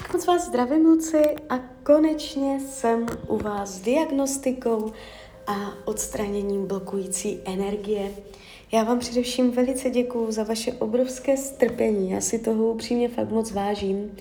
Moc vás zdravím, Luci, a konečně jsem u vás s diagnostikou a odstraněním blokující energie. Já vám především velice děkuju za vaše obrovské strpení, já si toho upřímně fakt moc vážím.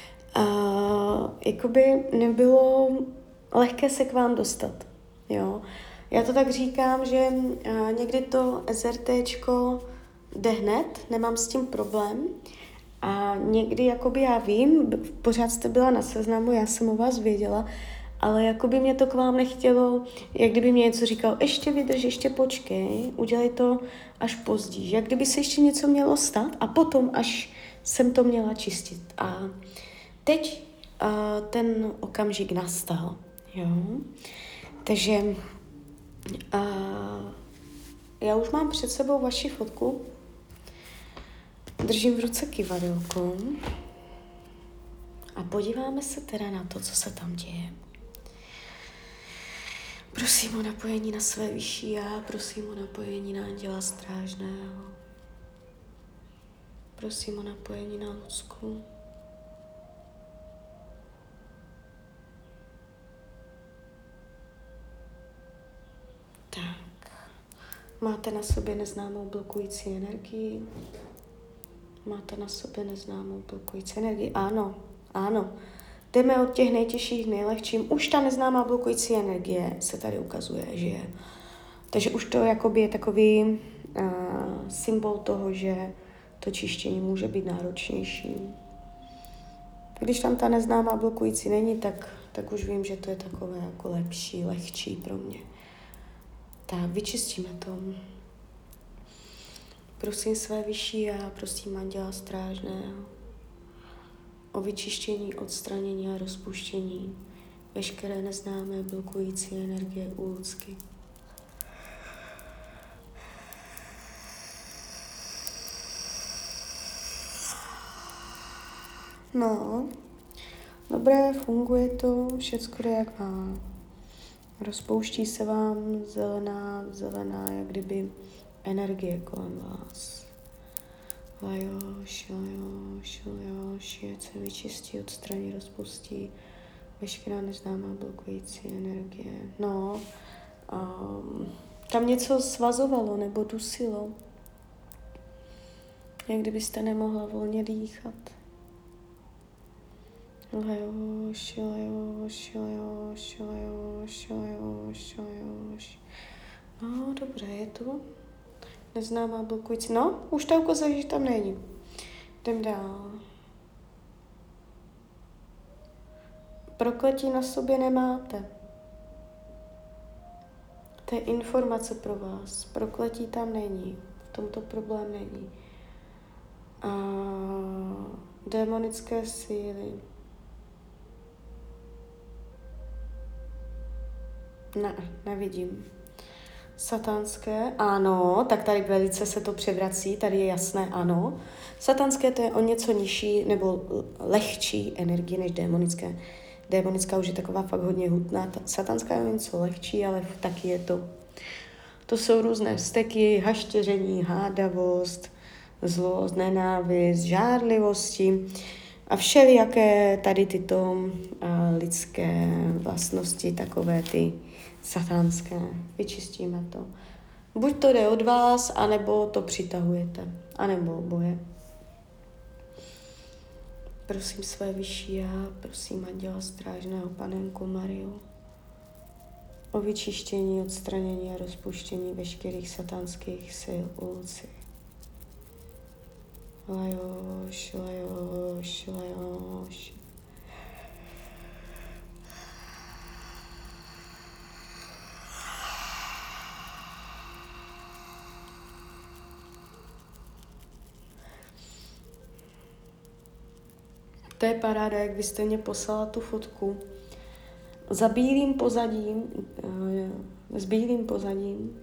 Jakoby nebylo lehké se k vám dostat, jo. Já to tak říkám, že někdy to SRTčko jde hned, nemám s tím problém, a někdy, jakoby já vím, pořád jste byla na seznamu, já jsem o vás věděla, ale jakoby mě to k vám nechtělo, jak kdyby mě něco říkal, ještě vydrž, ještě počkej, udělej to až později, jak kdyby se ještě něco mělo stát a potom až jsem to měla čistit. A teď ten okamžik nastal, jo. Takže já už mám před sebou vaši fotku, držím v ruce kyvadélko a podíváme se teda na to, co se tam děje. Prosím o napojení na své vyšší já, prosím o napojení na anděla strážného. Prosím o napojení na Lucku. Tak, máte na sobě neznámou blokující energii? Máte na sobě neznámou blokující energii? Ano, ano. Jdeme od těch nejtěžších k nejlehčím. Už ta neznámá blokující energie se tady ukazuje, že je. Takže už to jakoby je takový symbol toho, že to čištění může být náročnější. Když tam ta neznámá blokující není, tak už vím, že to je takové jako lepší, lehčí pro mě. Tak, vyčistíme to. Prosím své vyšší já, prosím anděla strážného o vyčištění, odstranění a rozpuštění veškeré neznámé blokující energie u Lucky. No, dobré, funguje to, všecko jde jak má. Rozpouští se vám zelená, jak kdyby energie kolem vás. Lajoš, ať se vyčistí, odstraní, rozpustí veškerá neznámá blokující energie. No, tam něco svazovalo nebo dusilo. Jak kdybyste nemohla volně dýchat. Lajoš. No, dobré, je to neznámá blokující. No, už to ukazuje, že tam není. Jdem dál. Prokletí na sobě nemáte. To je informace pro vás. Prokletí tam není. V tomto problém není. Démonické síly. Ne, nevidím. Satanské, ano, tak tady velice se to převrací, tady je jasné, ano. Satanské to je o něco nižší nebo lehčí energie než démonické. Démonická už je taková fakt hodně hutná, satanská je o něco lehčí, ale taky je to. To jsou různé vzteky, hašteření, hádavost, zlost, nenávist, žárlivosti a všelijaké tady tyto lidské vlastnosti, takové ty satanské. Vyčistíme to. Buď to jde od vás, anebo to přitahujete. Anebo oboje. Prosím své vyšší já, prosím anděla strážného panenku Mariu o vyčištění, odstranění a rozpuštění veškerých satanských sil u Luci. Lajoš. To je paráda, jak byste mě poslala tu fotku. Za bílým pozadím, s bílým pozadím.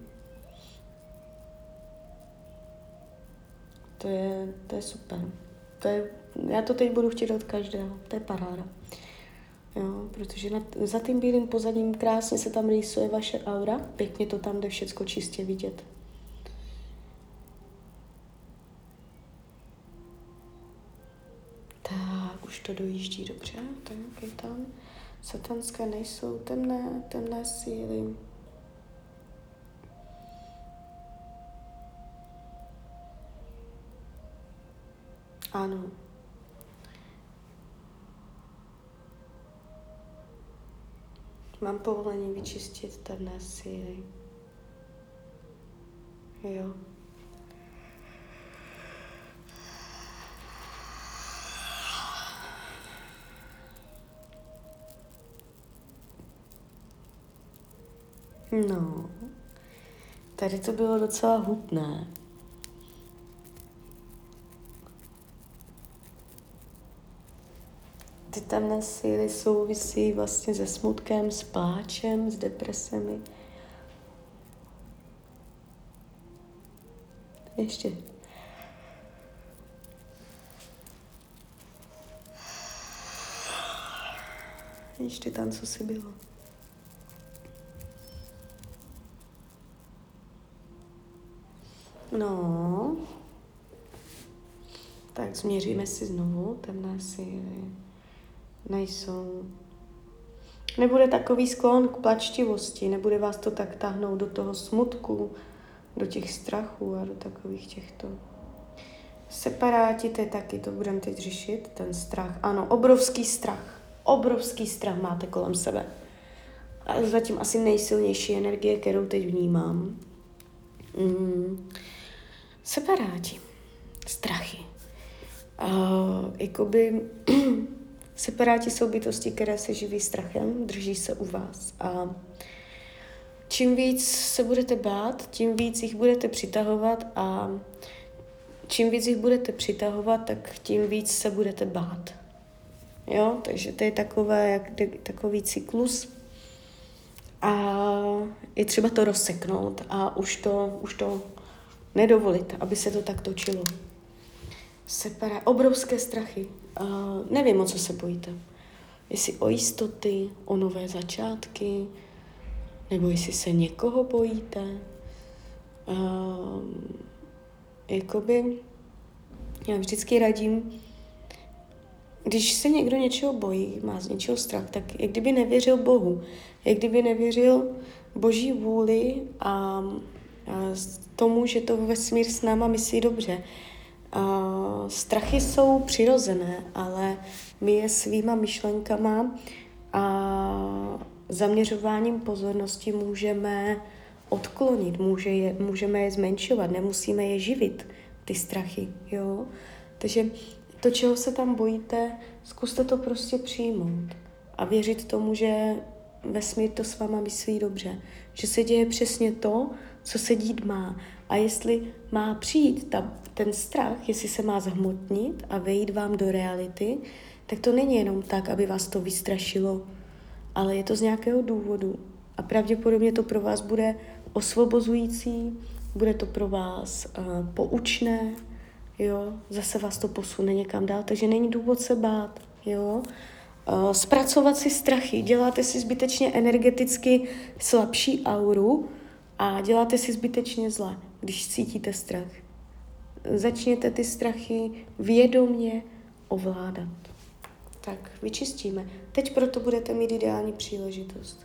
To je super. Já to teď budu chtít od každého. To je paráda. Jo, protože za tím bílým pozadím krásně se tam rýsuje vaše aura. Pěkně to tam jde všecko čistě vidět. Tak, už to dojíždí dobře, tak je tam. Satanské nejsou temné síly. Ano. Mám povolení vyčistit temné síly. Jo. No, tady to bylo docela hutné. Ty temné síly souvisí vlastně se smutkem, s pláčem, s depresemi. Ještě. Ještě tam, co si bylo. No. Tak změříme si znovu temné síly. Nejsou. Nebude takový sklon k plačtivosti, nebude vás to tak táhnout do toho smutku, do těch strachů a do takových těchto. Separáti, to je taky, to budeme teď řešit, ten strach. Ano, obrovský strach. Obrovský strach máte kolem sebe. A zatím asi nejsilnější energie, kterou teď vnímám. Separáti. Strachy. Jakoby separáti jsou bytosti, které se živí strachem, drží se u vás. A čím víc se budete bát, tím víc jich budete přitahovat a čím víc jich budete přitahovat, tak tím víc se budete bát. Jo, takže to je takový cyklus. A je třeba to rozseknout a už to nedovolit, aby se to tak točilo. Obrovské strachy. Nevím, o co se bojíte. Jestli o jistoty, o nové začátky, nebo jestli se někoho bojíte. Jakoby já vždycky radím, když se někdo něčeho bojí, má z něčeho strach, tak jak kdyby nevěřil Bohu, jak kdyby nevěřil Boží vůli a tomu, že to vesmír s náma myslí dobře. Strachy jsou přirozené, ale my je svýma myšlenkama a zaměřováním pozornosti můžeme odklonit, můžeme je zmenšovat, nemusíme je živit, ty strachy, jo. Takže to, čeho se tam bojíte, zkuste to prostě přijmout a věřit tomu, že vesmír to s váma myslí dobře, že se děje přesně to, co se dít má. A jestli má přijít ten strach, jestli se má zhmotnit a vejít vám do reality, tak to není jenom tak, aby vás to vystrašilo, ale je to z nějakého důvodu. A pravděpodobně to pro vás bude osvobozující, bude to pro vás poučné, jo, zase vás to posune někam dál, takže není důvod se bát, jo. Zpracovat si strachy, děláte si zbytečně energeticky slabší auru a děláte si zbytečně zle, když cítíte strach. Začněte ty strachy vědomě ovládat. Tak, vyčistíme. Teď proto budete mít ideální příležitost.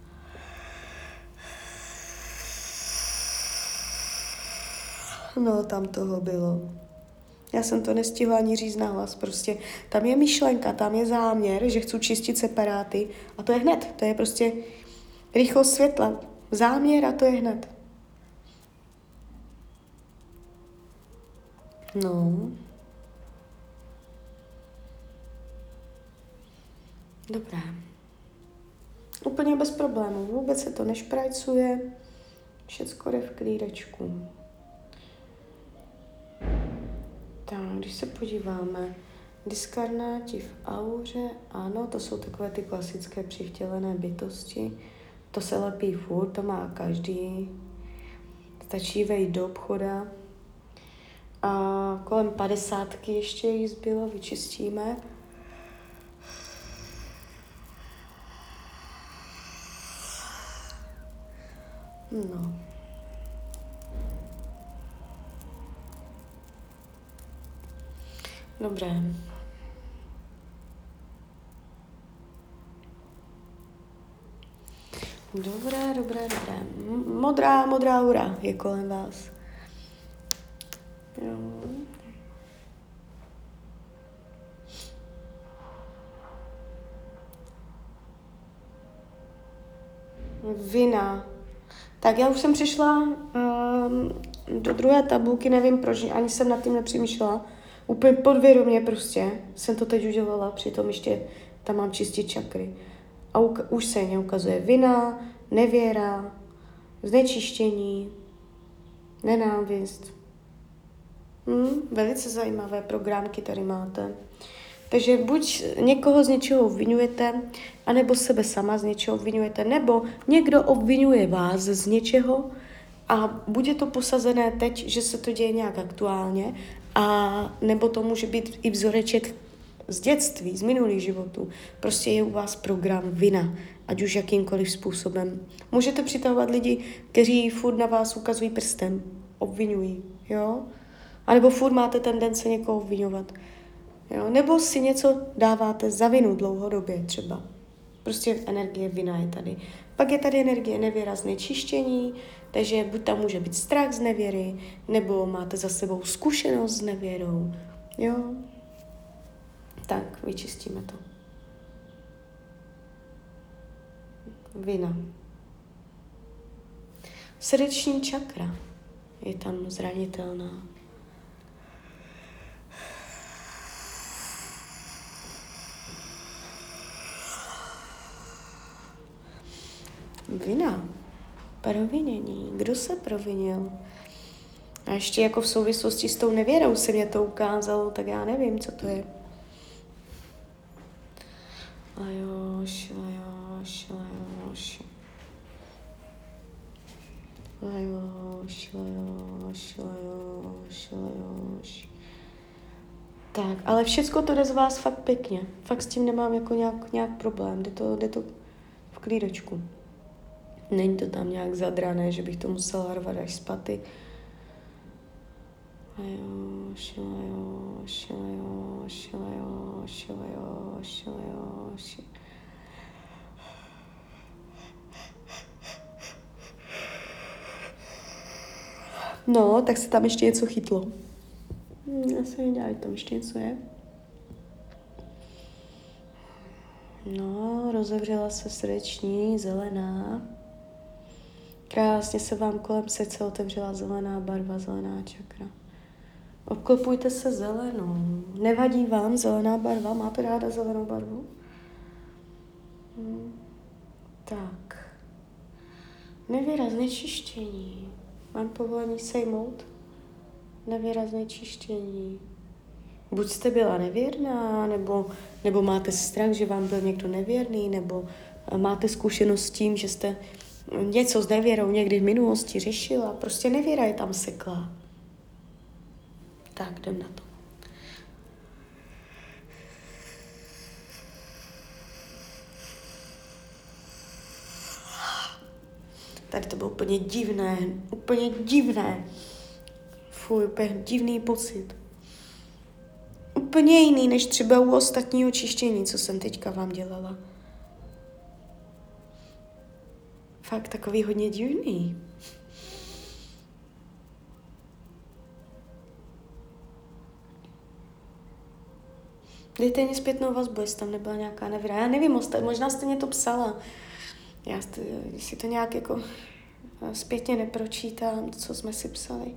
No, tam toho bylo. Já jsem to nestihla ani říct nahlas, prostě tam je myšlenka, tam je záměr, že chci čistit separáty a to je hned, to je prostě rychlost světla, záměr a to je hned. No. Dobré. Úplně bez problémů, vůbec se to nešprajcuje, všecko jde v klídečku. Tak, když se podíváme, diskarnáti v auře, ano, to jsou takové ty klasické přivtělené bytosti. To se lepí furt, to má každý. Stačí vejít do obchoda. A kolem 50 ještě jich zbylo, vyčistíme. No. Dobré. Dobré. Modrá aura je kolem vás. Jo. Vina. Tak já už jsem přišla do druhé tabulky, nevím proč, ani jsem nad tím nepřemýšlela. Úplně podvědomě prostě jsem to teď udělala, přitom ještě tam mám čistit čakry. A už se mě ukazuje vina, nevěra, znečištění, nenávist. Velice zajímavé programky tady máte. Takže buď někoho z něčeho obvinujete, anebo sebe sama z něčeho obvinujete, nebo někdo obvinuje vás z něčeho a bude to posazené teď, že se to děje nějak aktuálně, a nebo to může být i vzoreček z dětství, z minulých životů. Prostě je u vás program vina, ať už jakýmkoliv způsobem. Můžete přitahovat lidi, kteří furt na vás ukazují prstem, obvinují, jo? A nebo furt máte tendence někoho obvinovat. Jo? Nebo si něco dáváte za vinu dlouhodobě třeba. Prostě energie vina je tady. Pak je tady energie nevěra, znečištění, takže buď tam může být strach z nevěry, nebo máte za sebou zkušenost s nevěrou. Jo? Tak, vyčistíme to. Vina. Srdeční čakra je tam zranitelná. Vina. Provinění. Kdo se provinil? A ještě jako v souvislosti s tou nevěrou se mě to ukázalo, tak já nevím, co to je. Lajoš. Tak, ale všecko to jde z vás fakt pěkně. Fakt s tím nemám jako nějak problém. Jde to v klídečku. Není to tam nějak zadrané, že bych to musela rvat až z paty. No, tak se tam ještě něco chytlo. Já se nedělám, tam ještě něco je. No, rozevřela se srdeční, zelená. Krásně se vám kolem srdce otevřela zelená barva, zelená čakra. Obklopujte se zelenou. Nevadí vám zelená barva? Máte ráda zelenou barvu? Tak. Nevěra, znečištění. Mám povolení sejmout? Nevěra, znečištění. Buď jste byla nevěrná, nebo máte strach, že vám byl někdo nevěrný, nebo máte zkušenost s tím, že jste něco s nevěrou někdy v minulosti řešila. Prostě nevěra je tam seklá. Tak, jdem na to. Tady to bylo úplně divné. Fuj, úplně divný pocit. Úplně jiný, než třeba u ostatního čištění, co jsem teďka vám dělala. Fakt takový hodně divný. Dejte mi zpětnou vazbu, jestli tam nebyla nějaká nevěra. Já nevím, možná jste mě to psala. Když si to nějak jako zpětně nepročítám, co jsme si psali.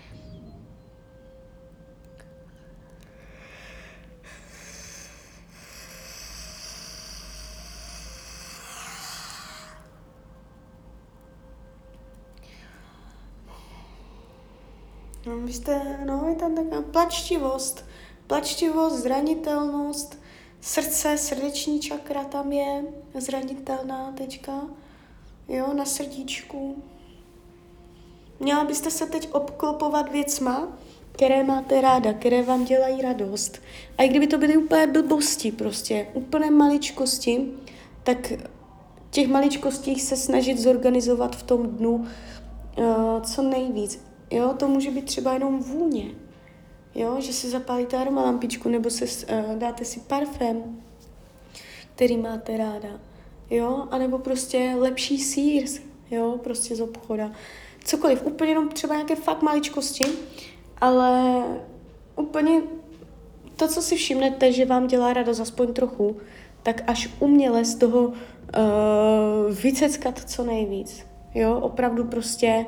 Je tam taková plačtivost, zranitelnost, srdeční čakra tam je zranitelná teďka, jo, na srdíčku. Měla byste se teď obklopovat věcma, které máte ráda, které vám dělají radost. A i kdyby to byly úplně blbosti prostě, úplně maličkosti, tak těch maličkostí se snažit zorganizovat v tom dnu co nejvíc. Jo, to může být třeba jenom vůně. Jo, že si zapálíte aromalampičku nebo dáte si parfém, který máte ráda. jo, anebo prostě lepší sýr, jo, prostě z obchoda. Cokoliv, úplně jenom třeba nějaké fakt maličkosti, ale úplně to, co si všimnete, že vám dělá radost aspoň trochu, tak až uměle z toho vyceckat co nejvíc. Jo, opravdu prostě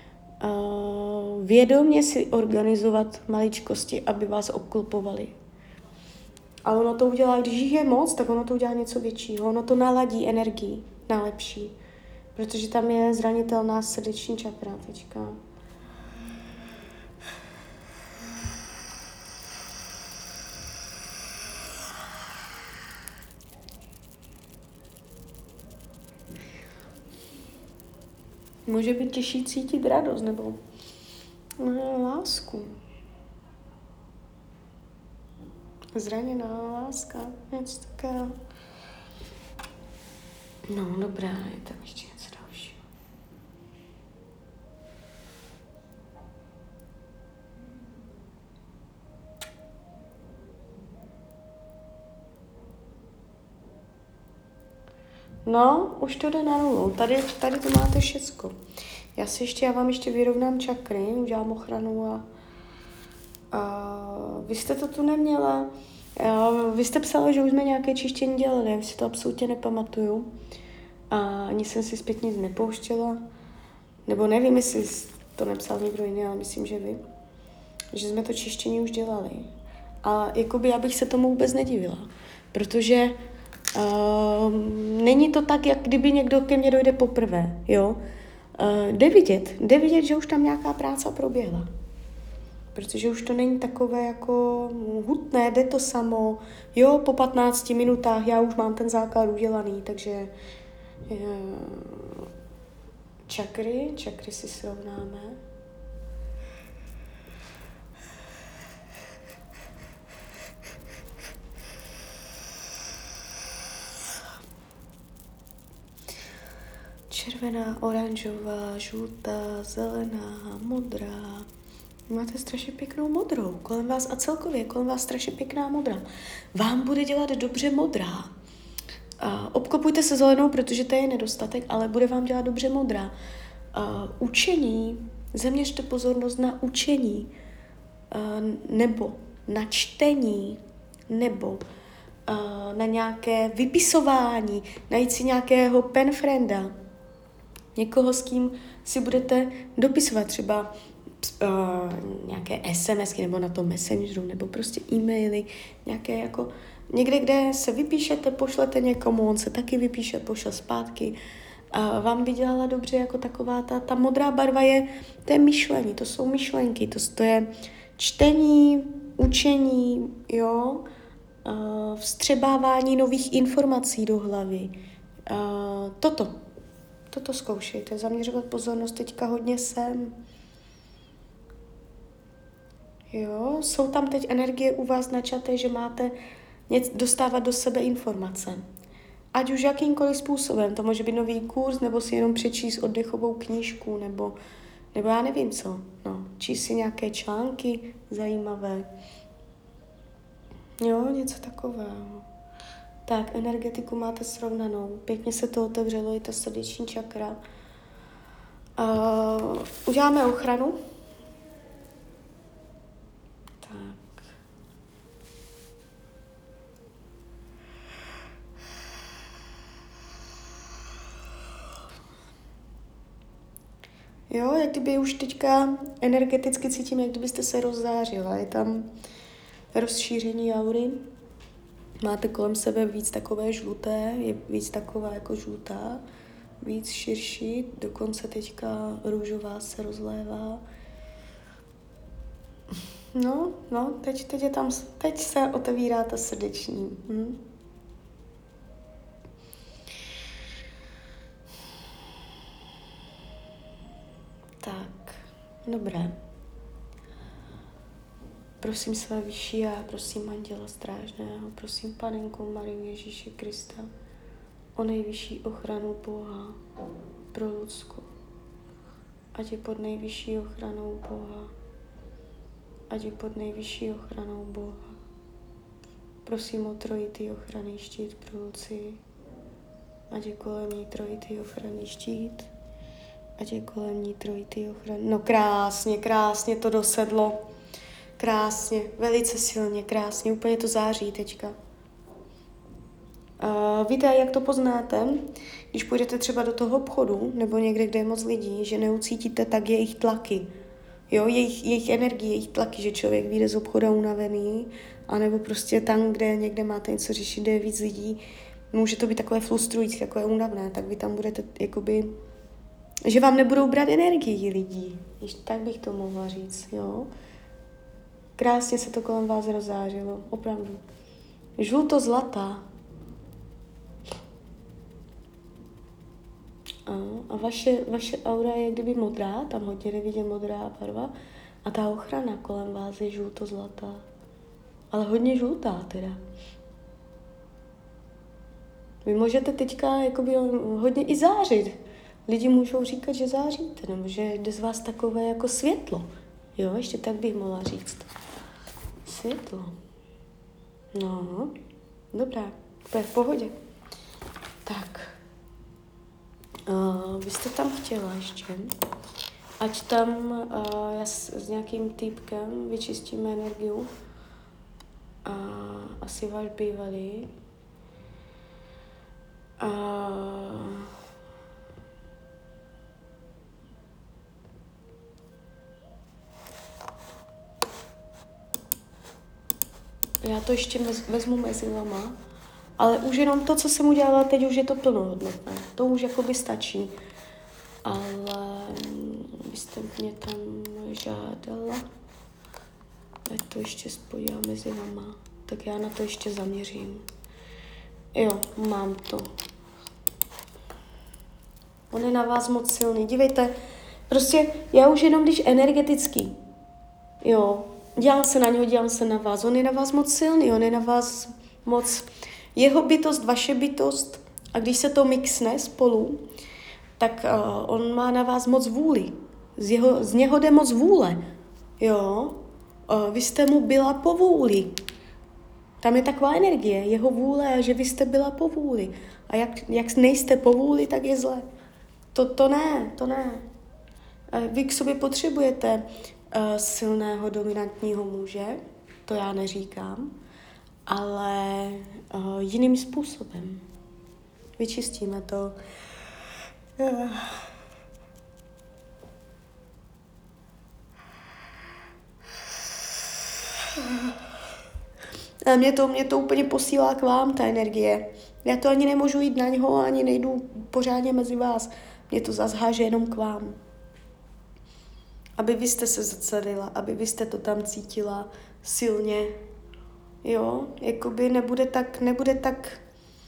vědomě si organizovat maličkosti, aby vás obklopovali. Ale ono to udělá, když jich je moc, tak ono to udělá něco většího. Ono to naladí energii na lepší. Protože tam je zranitelná srdeční čakra teďka. Může být těžší cítit radost nebo lásku. Zraněná láska, něco takového. No, dobrá, je tam ještě něco dalšího. No, už to jde na nulu. Tady to máte všecko. Já vám ještě vyrovnám čakry, udělám ochranu a vy jste to tu neměla. Vy jste psala, že už jsme nějaké čištění dělali, já si to absolutně nepamatuju. A ani jsem si zpět nic nepouštěla. Nebo nevím, jestli to nepsal někdo jiný, ale myslím, že vy. Že jsme to čištění už dělali. A jakoby já bych se tomu vůbec nedivila. Protože není to tak, jak kdyby někdo ke mně dojde poprvé, jo. Jde vidět, že už tam nějaká práce proběhla. Protože už to není takové jako hutné, jde to samo. Jo, po 15 minutách já už mám ten základ udělaný, takže čakry si srovnáme. Červená, oranžová, žlutá, zelená, modrá. Máte strašně pěknou modrou kolem vás a celkově kolem vás strašně pěkná modrá. Vám bude dělat dobře modrá. Obklopujte se zelenou, protože to je nedostatek, ale bude vám dělat dobře modrá. Učení, zaměřte pozornost na učení, nebo na čtení, nebo na nějaké vypisování, najít si nějakého penfrienda, někoho, s kým si budete dopisovat, třeba nějaké SMSky nebo na tom Messengeru, nebo prostě e-maily, nějaké jako někde, kde se vypíšete, pošlete někomu, on se taky vypíše, pošle zpátky. A vám by dělala dobře jako taková ta modrá barva to je myšlení, to jsou myšlenky, to je čtení, učení, jo, vstřebávání nových informací do hlavy. Toto zkoušejte, zaměřovat pozornost teďka hodně sem. Jo, jsou tam teď energie u vás načaté, že máte dostávat do sebe informace. Ať už jakýmkoliv způsobem, to může být nový kurz, nebo si jenom přečíst oddechovou knížku, nebo já nevím co. No, číst si nějaké články zajímavé. Jo, něco takového. Tak, energetiku máte srovnanou. Pěkně se to otevřelo, je ta srdeční čakra. Uděláme ochranu. Tak. Jo, jak kdyby už teďka energeticky cítím, jak kdybyste se rozzářila. Je tam rozšíření aury. Máte kolem sebe víc takové žluté, je víc taková jako žlutá, víc širší, dokonce teďka růžová se rozlévá. No, teď je tam, teď se otevírá ta srdeční. Tak, dobré. Prosím své vyšší a prosím Anděla Strážného, prosím Panenku Mariu Ježíše Krista o nejvyšší ochranu Boha pro lidstvo. Ať je pod nejvyšší ochranou Boha. Ať je pod nejvyšší ochranou Boha. Prosím o trojitý ochranný štít pro Lucii. ať je kolem ní trojitý ochranný štít, ať je kolem ní trojitý ochranný. No krásně to dosedlo. Krásně, velice silně, krásně, úplně to září teďka. Víte, jak to poznáte? Když půjdete třeba do toho obchodu nebo někde, kde je moc lidí, že neucítíte tak jejich tlaky. Jo, jejich energie, jejich tlaky, že člověk vyjde z obchodu unavený, anebo prostě tam, kde někde máte něco řešit, kde je víc lidí, může to být takové frustrující, takové únavné, tak vy tam budete jakoby, že vám nebudou brát energii lidí. Ještě tak bych to mohla říct, jo. Krásně se to kolem vás rozzářilo, opravdu. Žluto-zlatá. A vaše aura je kdyby modrá, tam hodně nevidím modrá barva, a ta ochrana kolem vás je žluto-zlatá. Ale hodně žlutá teda. Vy můžete teďka jakoby hodně i zářit. Lidi můžou říkat, že záříte, nebo že jde z vás takové jako světlo. Jo, ještě tak bych mohla říct. Světlo. No, dobrá, to je v pohodě. Tak. Vy jste tam chtěla ještě, ať tam já s nějakým týpkem vyčistíme energiu. Asi váš bývalý. Já to ještě vezmu mezi vama, ale už jenom to, co jsem udělala teď, už je to plnohodnotné. To už jakoby stačí. Ale vy jste mě tam žádala. Ať to ještě spojím mezi vama. Tak já na to ještě zaměřím. Jo, mám to. On je na vás moc silný. Dívejte, prostě já už jenom když energetický, jo, dělám se na něho, dělám se na vás. On je na vás moc silný, on je na vás moc... Jeho bytost, vaše bytost, a když se to mixne spolu, tak on má na vás moc vůli. Z něho jde moc vůle. Jo, vy jste mu byla po vůli. Tam je taková energie, jeho vůle, že vy jste byla po vůli. A jak nejste po vůli, tak je zle. To ne. Vy k sobě potřebujete silného, dominantního muže, to já neříkám, ale jiným způsobem. Vyčistíme to. A mě to úplně posílá k vám, ta energie. Já to ani nemůžu jít na něho, ani nejdu pořádně mezi vás. Mě to zazháže jenom k vám. Aby vy jste se zrcadlila, aby vy jste to tam cítila silně. Jo, jakoby nebude tak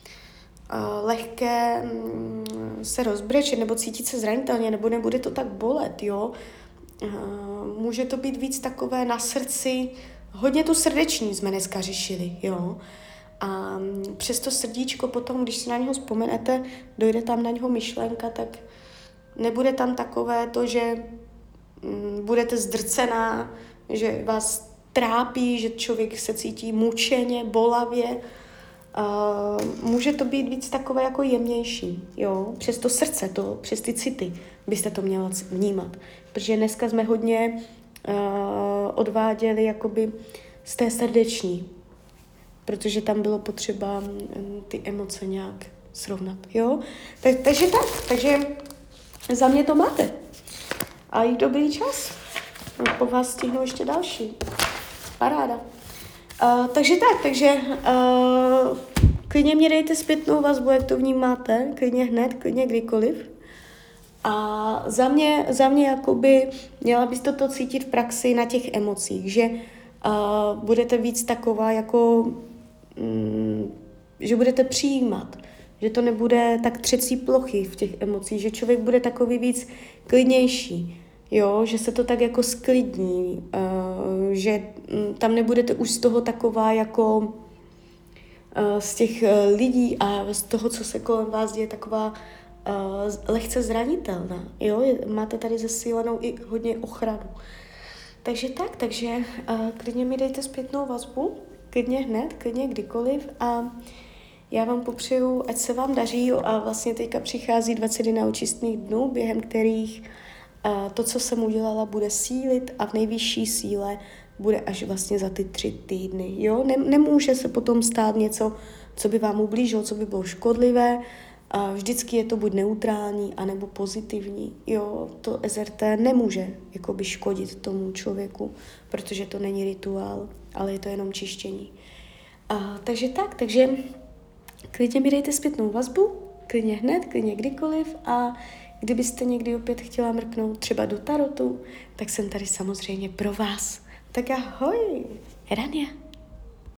lehké se rozbrečet nebo cítit se zranitelně, nebo nebude to tak bolet, jo. Může to být víc takové na srdci, hodně tu srdeční jsme dneska řešili, jo. A přes to srdíčko potom, když si na něho vzpomenete, dojde tam na něho myšlenka, tak nebude tam takové to, že budete zdrcená, že vás trápí, že člověk se cítí mučeně, bolavě. Může to být víc takové jako jemnější, jo, přes to srdce, přes ty city byste to měla vnímat, protože dneska jsme hodně odváděli jakoby z té srdeční, protože tam bylo potřeba ty emoce nějak srovnat, jo, takže za mě to máte a i dobrý čas, po vás stihnu ještě další, paráda. Takže klidně mě dejte zpětnou vazbu, jak to vnímáte, klidně hned, klidně kdykoliv. A za mě jakoby měla byste to cítit v praxi na těch emocích, že budete víc taková jako, že budete přijímat, že to nebude tak třecí plochy v těch emocích, že člověk bude takový víc klidnější. Jo, že se to tak jako sklidní, že tam nebudete už z toho taková jako z těch lidí a z toho, co se kolem vás děje, taková lehce zranitelná. Jo, máte tady zesílenou i hodně ochranu. Takže klidně mi dejte zpětnou vazbu, klidně hned, klidně kdykoliv a Já vám popřeju, ať se vám daří a vlastně teďka přichází 21 očistných dnů, během kterých to, co jsem udělala, bude sílit a v nejvyšší síle bude až vlastně za ty 3 týdny. Jo? Nemůže se potom stát něco, co by vám ublížilo, co by bylo škodlivé. Vždycky je to buď neutrální, anebo pozitivní. Jo? To SRT nemůže jakoby škodit tomu člověku, protože to není rituál, ale je to jenom čištění. Takže klidně mi dejte zpětnou vazbu, klidně hned, klidně kdykoliv a kdybyste někdy opět chtěla mrknout třeba do tarotu, tak jsem tady samozřejmě pro vás. Tak ahoj, Rania.